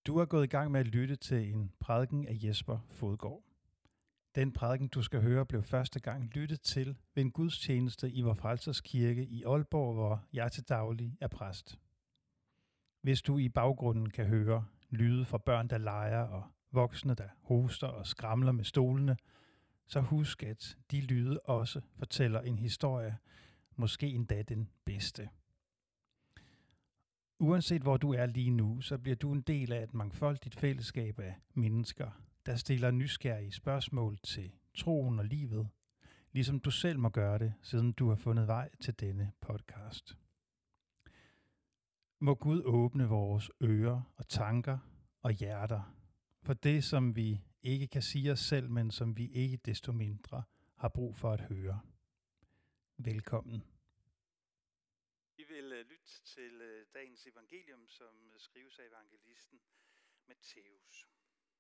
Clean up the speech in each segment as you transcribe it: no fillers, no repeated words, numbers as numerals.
Du er gået i gang med at lytte til en prædiken af Jesper Fodgaard. Den prædiken, du skal høre, blev første gang lyttet til ved en gudstjeneste i Vor Frelsers Kirke i Aalborg, hvor jeg til daglig er præst. Hvis du i baggrunden kan høre lyde fra børn, der leger, og voksne, der hoster og skramler med stolene, så husk, at de lyde også fortæller en historie, måske endda den bedste. Uanset hvor du er lige nu, så bliver du en del af et mangfoldigt fællesskab af mennesker, der stiller nysgerrige spørgsmål til troen og livet, ligesom du selv må gøre det, siden du har fundet vej til denne podcast. Må Gud åbne vores ører og tanker og hjerter for det, som vi ikke kan sige os selv, men som vi ikke desto mindre har brug for at høre. Velkommen. Vi vil lytte til dagens evangelium, som skrives af evangelisten Matthæus.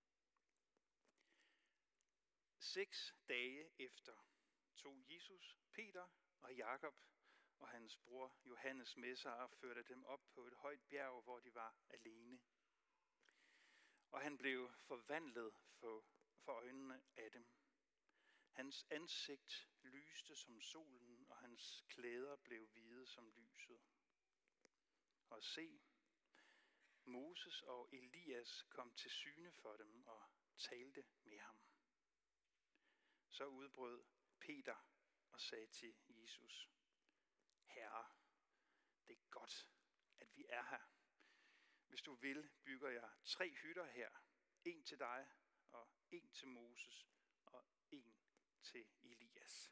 6 dage efter tog Jesus, Peter og Jakob og hans bror Johannes med sig og førte dem op på et højt bjerg, hvor de var alene. Og han blev forvandlet for øjnene af dem. Hans ansigt lyste som solen, og hans klæder blev hvide som lyset. Og se, Moses og Elias kom til syne for dem og talte med ham. Så udbrød Peter og sagde til Jesus: Herre, det er godt, at vi er her. Hvis du vil, bygger jeg 3 hytter her. En til dig, og en til Moses, og en til Elias.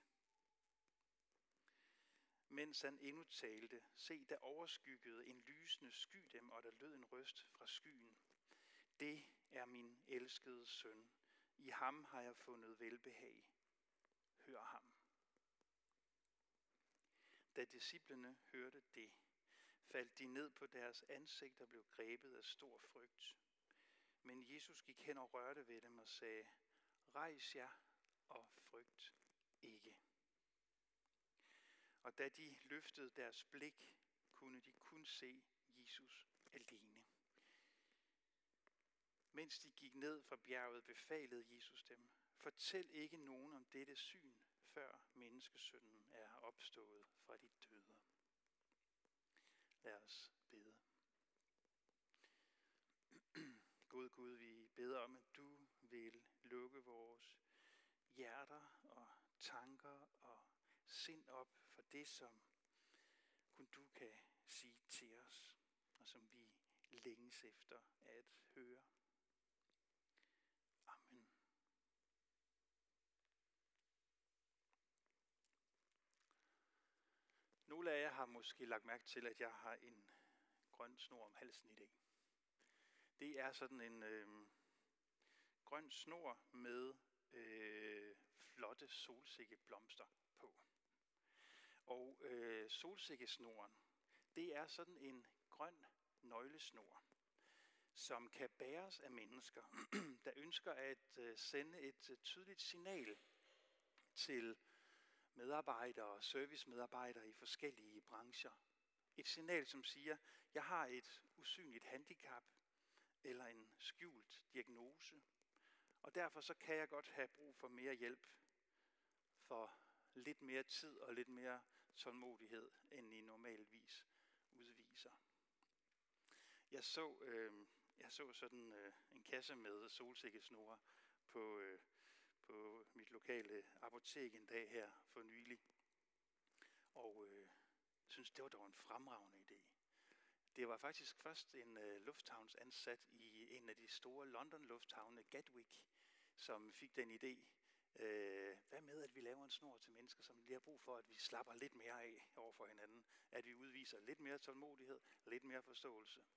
Mens han endnu talte, se, der overskyggede en lysende sky dem, og der lød en røst fra skyen. Det er min elskede søn. I ham har jeg fundet velbehag. Hør ham. Da disciplene hørte det, faldt de ned på deres ansigt og blev grebet af stor frygt. Men Jesus gik hen og rørte ved dem og sagde: Rejs jer og frygt ikke. Og da de løftede deres blik, kunne de kun se Jesus alene. Mens de gik ned fra bjerget, befalede Jesus dem: Fortæl ikke nogen om dette syn, før menneskesønnen er opstået fra de døde. Lad os bede. God Gud, vi beder om, at du vil lukke vores hjerter og tanker og sind op for det, som kun du kan sige til os, og som vi længes efter at høre. Amen. Nogle af jer har måske lagt mærke til, at jeg har en grøn snor om halsen i dag. Det er sådan en grøn snor med flotte solsikkeblomster på. Og solsikkesnoren, det er sådan en grøn nøglesnor, som kan bæres af mennesker, der ønsker at sende et tydeligt signal til medarbejdere og servicemedarbejdere i forskellige brancher. Et signal, som siger: jeg har et usynligt handicap eller en skjult diagnose, og derfor så kan jeg godt have brug for mere hjælp, for lidt mere tid og lidt mere tålmodighed, end I normalvis udviser. Jeg så sådan en kasse med solsikkesnore på mit lokale apotek en dag her for nylig, og synes det var dog en fremragende idé. Det var faktisk først en lufthavnsansat i en af de store London-lufthavne, Gatwick, som fik den idé. Hvad med, at vi laver en snor til mennesker, som lige har brug for, at vi slapper lidt mere af over for hinanden, at vi udviser lidt mere tålmodighed, lidt mere forståelse.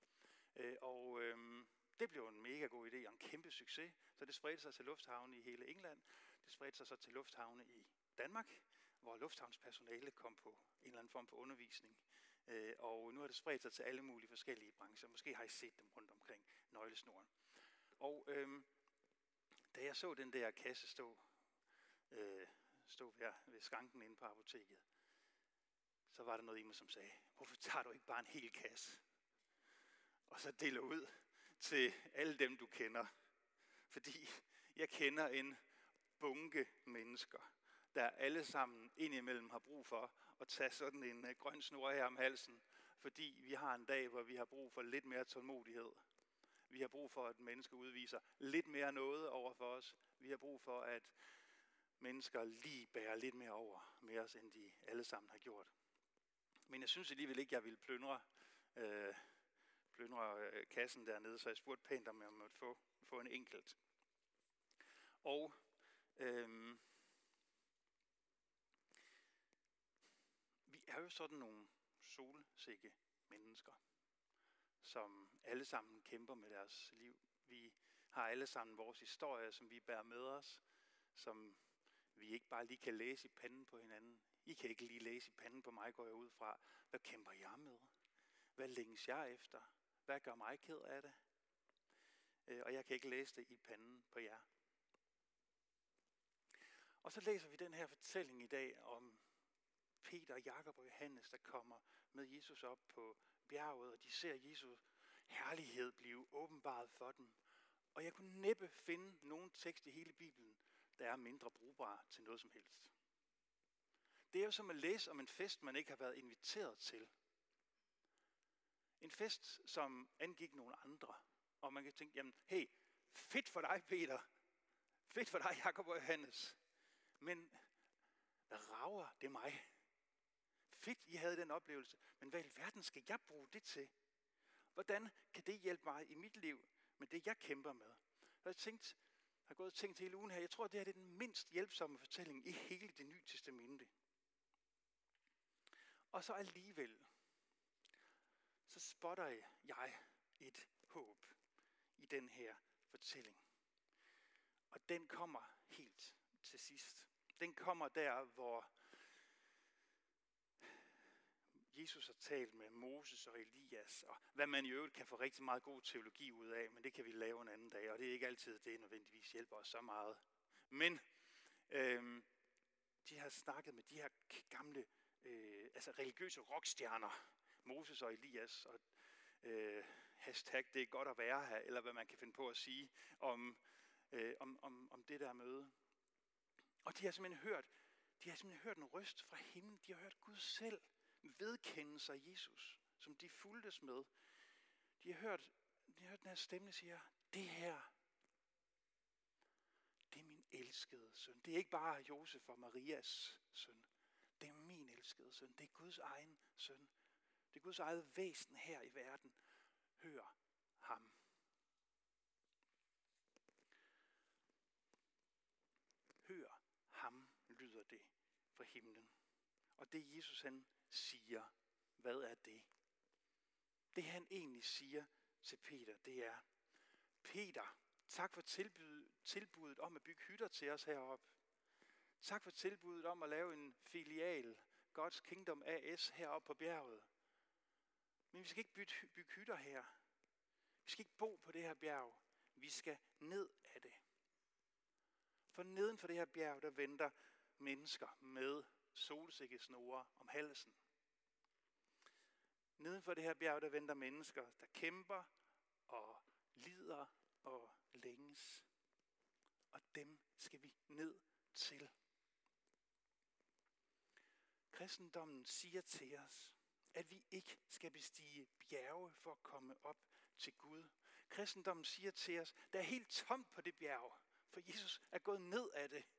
Det blev en mega god idé og en kæmpe succes, så det spredte sig til lufthavne i hele England. Det spredte sig så til lufthavne i Danmark, hvor lufthavnspersonale kom på en eller anden form for undervisning. Og nu har det spredt sig til alle mulige forskellige brancher. Måske har I set dem rundt omkring nøglesnoren. Og da jeg så den der kasse stå ved skranken inde på apoteket, så var der noget i mig, som sagde: hvorfor tager du ikke bare en hel kasse? Og så deler ud til alle dem, du kender. Fordi jeg kender en bunke mennesker, der alle sammen indimellem har brug for at tage sådan en grøn snor her om halsen, fordi vi har en dag, hvor vi har brug for lidt mere tålmodighed. Vi har brug for, at mennesker udviser lidt mere noget over for os. Vi har brug for, at mennesker lige bærer lidt mere over med os, end de alle sammen har gjort. Men jeg synes alligevel ikke, jeg ville plyndre kassen dernede, så jeg spurgte pænt, om jeg måtte få en enkelt. Og vi er jo sådan nogle solsikke mennesker, som alle sammen kæmper med deres liv. Vi har alle sammen vores historie, som vi bærer med os, som vi ikke bare lige kan læse i panden på hinanden. I kan ikke lige læse i panden på mig, går jeg ud fra. Hvad kæmper jeg med? Hvad længes jeg efter? Hvad gør mig ked af det? Og jeg kan ikke læse det i panden på jer. Og så læser vi den her fortælling i dag om Peter, Jakob og Johannes, der kommer med Jesus op på bjerget, og de ser Jesus herlighed blive åbenbaret for dem. Og jeg kunne næppe finde nogen tekst i hele Bibelen, der er mindre brugbar til noget som helst. Det er jo som at læse om en fest, man ikke har været inviteret til. En fest, som angik nogle andre. Og man kan tænke, jamen, hey, fedt for dig, Peter. Fedt for dig, Jakob og Johannes. Men hvad rager det mig? Fedt, I havde den oplevelse. Men hvad i verden skal jeg bruge det til? Hvordan kan det hjælpe mig i mit liv med det, jeg kæmper med? Jeg har gået og tænkt hele ugen her. Jeg tror, det her er den mindst hjælpsomme fortælling i hele det nye testamente. Og så alligevel, så spotter jeg et håb i den her fortælling. Og den kommer helt til sidst. Den kommer der, hvor Jesus har talt med Moses og Elias, og hvad man i øvrigt kan få rigtig meget god teologi ud af, men det kan vi lave en anden dag, og det er ikke altid det nødvendigvis hjælper os så meget. Men de har snakket med de her gamle, religiøse rockstjerner, Moses og Elias, og hashtag det er godt at være her, eller hvad man kan finde på at sige om det der møde. Og de har simpelthen hørt en røst fra himlen. De har hørt Gud selv vedkende sig Jesus, som de fulgtes med. De har hørt den her stemme, der siger, det her, det er min elskede søn. Det er ikke bare Josef og Marias søn. Det er min elskede søn. Det er Guds egen søn. Det er Guds eget væsen her i verden. Hør ham. Hør ham, lyder det fra himlen. Og det Jesus han siger, hvad er det? Det han egentlig siger til Peter, det er, Peter, tak for tilbuddet om at bygge hytter til os heroppe. Tak for tilbuddet om at lave en filial, God's Kingdom AS heroppe på bjerget. Men vi skal ikke bygge hytter her. Vi skal ikke bo på det her bjerg. Vi skal ned af det. For neden for det her bjerg, der venter mennesker med solsikkesnore om halsen. Neden for det her bjerg, der venter mennesker, der kæmper og lider og længes. Og dem skal vi ned til. Kristendommen siger til os, at vi ikke skal bestige bjerge for at komme op til Gud. Kristendommen siger til os, der er helt tomt på det bjerg, for Jesus er gået ned af det.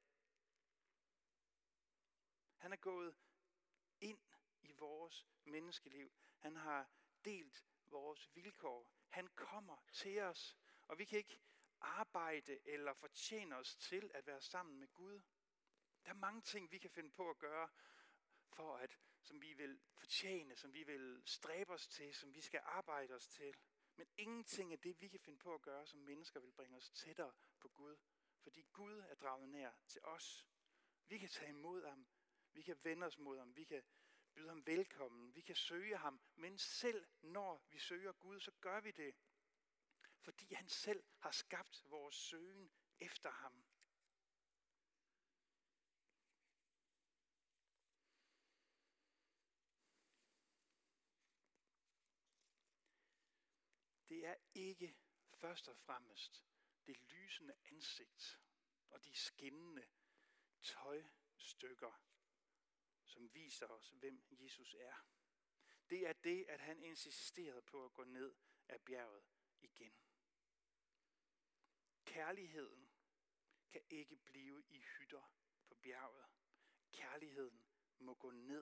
Han er gået ind i vores menneskeliv. Han har delt vores vilkår. Han kommer til os, og vi kan ikke arbejde eller fortjene os til at være sammen med Gud. Der er mange ting, vi kan finde på at gøre, som vi vil fortjene, som vi vil stræbe os til, som vi skal arbejde os til. Men ingenting af det, vi kan finde på at gøre, som mennesker vil bringe os tættere på Gud. Fordi Gud er draget nær til os. Vi kan tage imod ham. Vi kan vende os mod ham. Vi kan byde ham velkommen. Vi kan søge ham. Men selv når vi søger Gud, så gør vi det. Fordi han selv har skabt vores søgen efter ham. Det er ikke først og fremmest det lysende ansigt og de skinnende tøjstykker, som viser os, hvem Jesus er. Det er det, at han insisterede på at gå ned af bjerget igen. Kærligheden kan ikke blive i hytter på bjerget. Kærligheden må gå ned.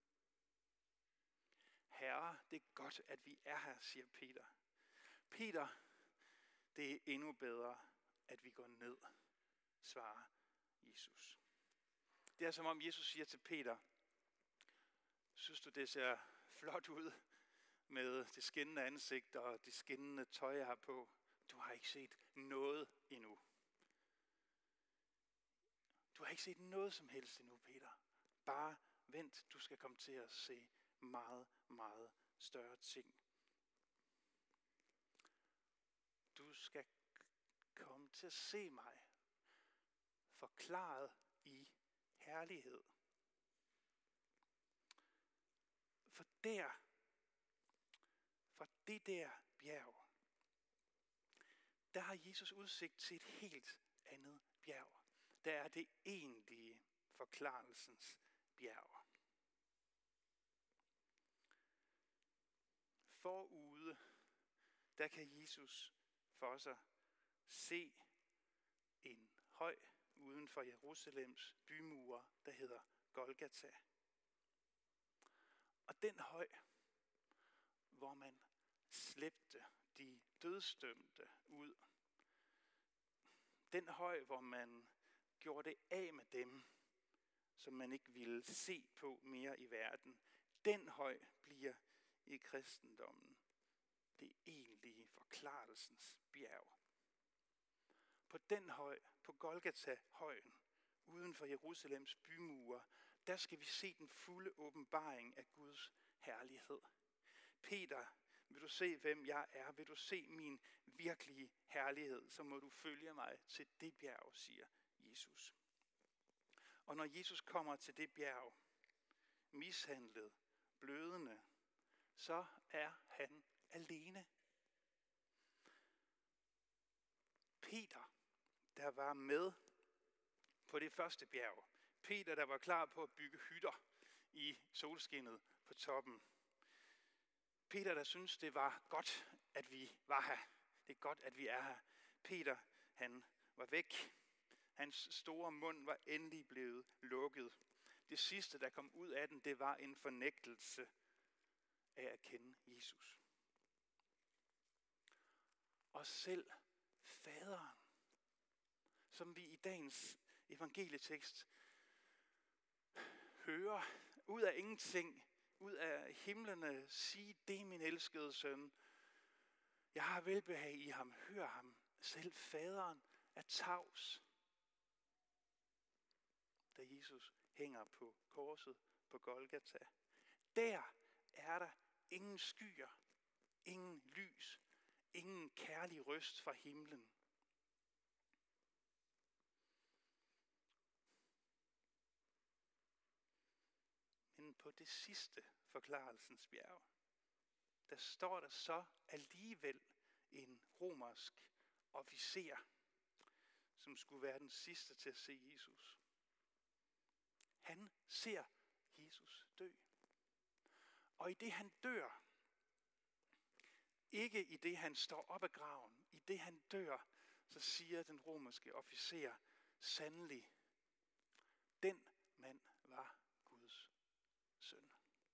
Herre, det er godt, at vi er her, siger Peter. Peter, det er endnu bedre, at vi går ned, svarer Jesus. Det er som om Jesus siger til Peter, synes du det ser flot ud med det skinnende ansigt og det skinnende tøj, jeg har på? Du har ikke set noget endnu. Du har ikke set noget som helst endnu, Peter. Bare vent, du skal komme til at se meget, meget større ting. Du skal komme til at se mig forklaret i herlighed. For der, fra det der bjerg, der har Jesus udsigt til et helt andet bjerg. Der er det egentlige forklarelsens bjerg. Forude, der kan Jesus for sig se en høj uden for Jerusalems bymure, der hedder Golgata. Og den høj, hvor man slæbte de dødsdømte ud. Den høj, hvor man gjorde det af med dem, som man ikke ville se på mere i verden. Den høj bliver i kristendommen det egentlige forklarelsens bjerg. På den høj, på Golgata-højen, uden for Jerusalems bymure, der skal vi se den fulde åbenbaring af Guds herlighed. Peter, vil du se, hvem jeg er? Vil du se min virkelige herlighed? Så må du følge mig til det bjerg, siger Jesus. Og når Jesus kommer til det bjerg, mishandlet, blødende, så er han alene. Peter, der var med på det første bjerg. Peter, der var klar på at bygge hytter i solskinnet på toppen. Peter, der syntes, det var godt, at vi var her. Det er godt, at vi er her. Peter, han var væk. Hans store mund var endelig blevet lukket. Det sidste, der kom ud af den, det var en fornægtelse af at kende Jesus. Og selv faderen, som vi i dagens evangelietekst hører ud af ingenting, ud af himlene, sige, det er min elskede søn. Jeg har velbehag i ham, hør ham. Selv faderen er tavs. Da Jesus hænger på korset på Golgata. Der er der ingen skyer, ingen lys, ingen kærlig røst fra himlen. Men på det sidste forklarelsens bjerg, der står der så alligevel en romersk officer, som skulle være den sidste til at se Jesus. Han ser Jesus dø. Og i det han dør, ikke i det han står op af graven, i det han dør, så siger den romerske officer, sandelig, den mand var Guds søn.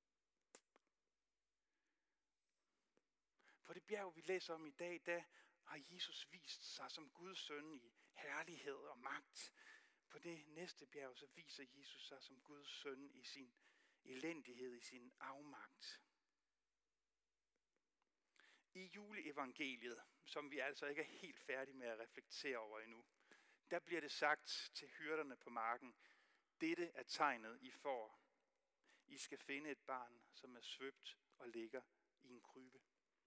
På det bjerg, vi læser om i dag, der har Jesus vist sig som Guds søn i herlighed og magt. På det næste bjerg, så viser Jesus sig som Guds søn i sin elendighed, i sin afmagt. I juleevangeliet, som vi altså ikke er helt færdige med at reflektere over endnu, der bliver det sagt til hyrderne på marken, dette er tegnet, I får. I skal finde et barn, som er svøbt og ligger i en krybe.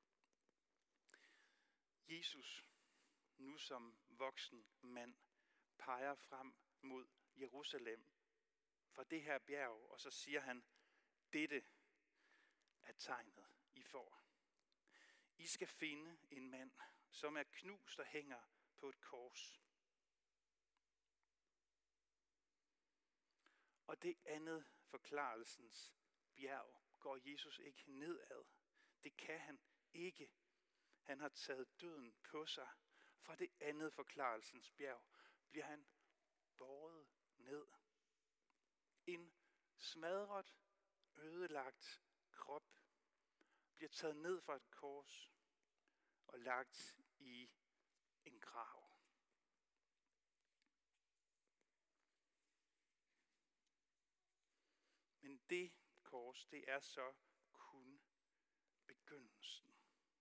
Jesus, nu som voksen mand, peger frem mod Jerusalem fra det her bjerg, og så siger han, dette er tegnet, I får. I skal finde en mand, som er knust og hænger på et kors. Og det andet forklarelsens bjerg går Jesus ikke nedad. Det kan han ikke. Han har taget døden på sig. Fra det andet forklarelsens bjerg bliver han båret ned. En smadret, ødelagt krop bliver taget ned fra et kors og lagt i en grav. Men det kors, det er så kun begyndelsen.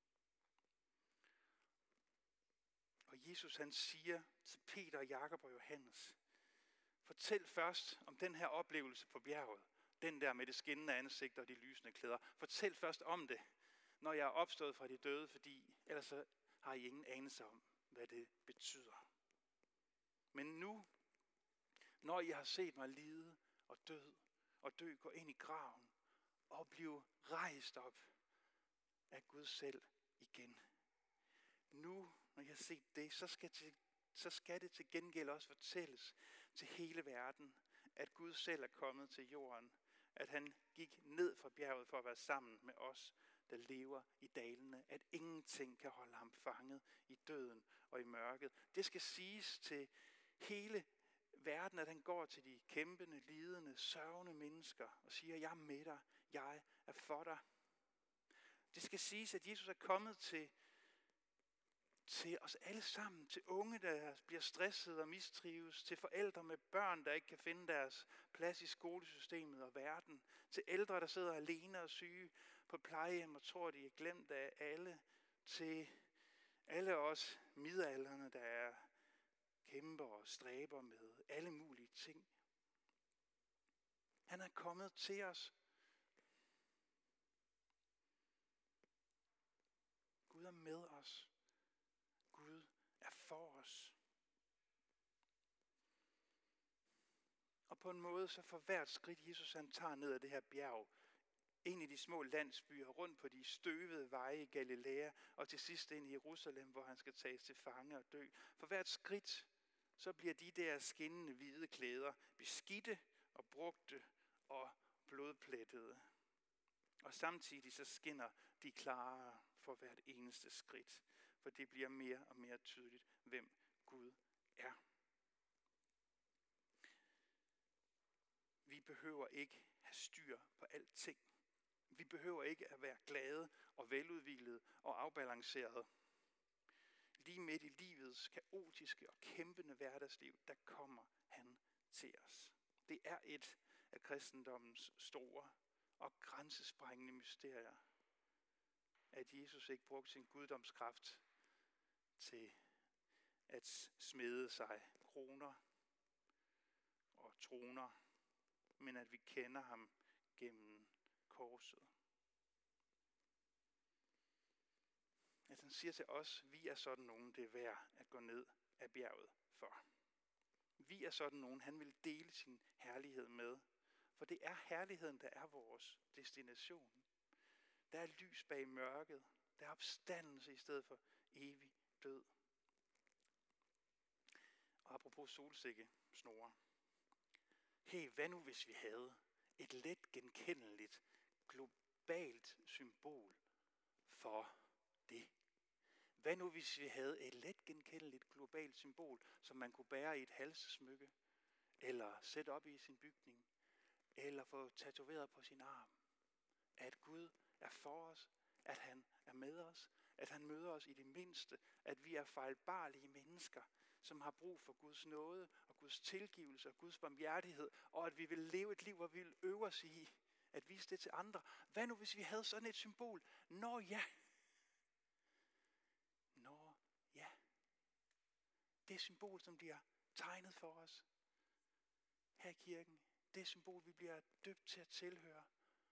Og Jesus han siger til Peter, Jakob og Johannes, fortæl først om den her oplevelse på bjerget. Den der med det skinnende ansigt og de lysende klæder. Fortæl først om det, når jeg er opstået fra de døde, fordi ellers så har I ingen anelse om, hvad det betyder. Men nu, når I har set mig lide og dø, gå ind i graven og blive rejst op af Gud selv igen. Nu, når jeg har set det, så skal det til gengæld også fortælles til hele verden, at Gud selv er kommet til jorden, at han gik ned fra bjerget for at være sammen med os, der lever i dalene, at ingenting kan holde ham fanget i døden og i mørket. Det skal siges til hele verden, at han går til de kæmpende, lidende, sørgende mennesker og siger, jeg er med dig, jeg er for dig. Det skal siges, at Jesus er kommet til os alle sammen, til unge, der bliver stresset og mistrives, til forældre med børn, der ikke kan finde deres plads i skolesystemet og verden, til ældre, der sidder alene og syge på plejehjem og tror, de er glemt af alle, til alle os midaldrende, der er kæmper og stræber med alle mulige ting. Han er kommet til os. Gud er med os. Gud er for os. Og på en måde, så for hvert skridt, Jesus han tager ned ad det her bjerg, ind i de små landsbyer, rundt på de støvede veje i Galilea, og til sidst ind i Jerusalem, hvor han skal tages til fange og dø. For hvert skridt, så bliver de der skinnende hvide klæder beskidte og brugte og blodplettede. Og samtidig så skinner de klarere for hvert eneste skridt, for det bliver mere og mere tydeligt, hvem Gud er. Vi behøver ikke have styr på alting. Vi behøver ikke at være glade og veludhvilede og afbalancerede. Lige midt i livets kaotiske og kæmpende hverdagsliv, der kommer han til os. Det er et af kristendommens store og grænsesprængende mysterier, at Jesus ikke brugte sin guddomskraft til at smede sig kroner og troner, men at vi kender ham gennem korset. At han siger til os, vi er sådan nogen, det er værd at gå ned af bjerget for. Vi er sådan nogen, han vil dele sin herlighed med. For det er herligheden, der er vores destination. Der er lys bag mørket. Der er opstandelse i stedet for evig død. Og apropos solsikkesnore. Hey, hvad nu hvis vi havde et let genkendeligt, globalt symbol for det? Hvad nu hvis vi havde et let genkendeligt globalt symbol, som man kunne bære i et halssmykke, eller sætte op i sin bygning, eller få tatoveret på sin arm? At Gud er for os, at han er med os, at han møder os i det mindste, at vi er fejlbarlige mennesker, som har brug for Guds nåde og Guds tilgivelse og Guds barmhjertighed, og at vi vil leve et liv, hvor vi vil øve os i at vise det til andre. Hvad nu hvis vi havde sådan et symbol? Nå ja. Det symbol, som bliver tegnet for os her i kirken. Det symbol, vi bliver døbt til at tilhøre.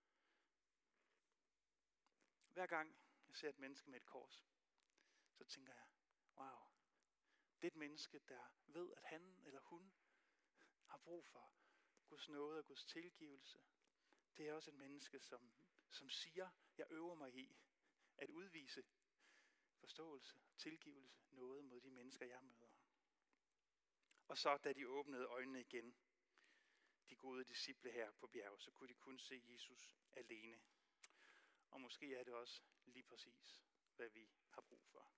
Hver gang jeg ser et menneske med et kors, så tænker jeg, wow, det er et menneske, der ved, at han eller hun har brug for Guds nåde og Guds tilgivelse. Det er også et menneske, som siger, jeg øver mig i at udvise forståelse, tilgivelse, noget mod de mennesker, jeg møder. Og så, da de åbnede øjnene igen, de gode disciple her på bjerget, så kunne de kun se Jesus alene. Og måske er det også lige præcis, hvad vi har brug for.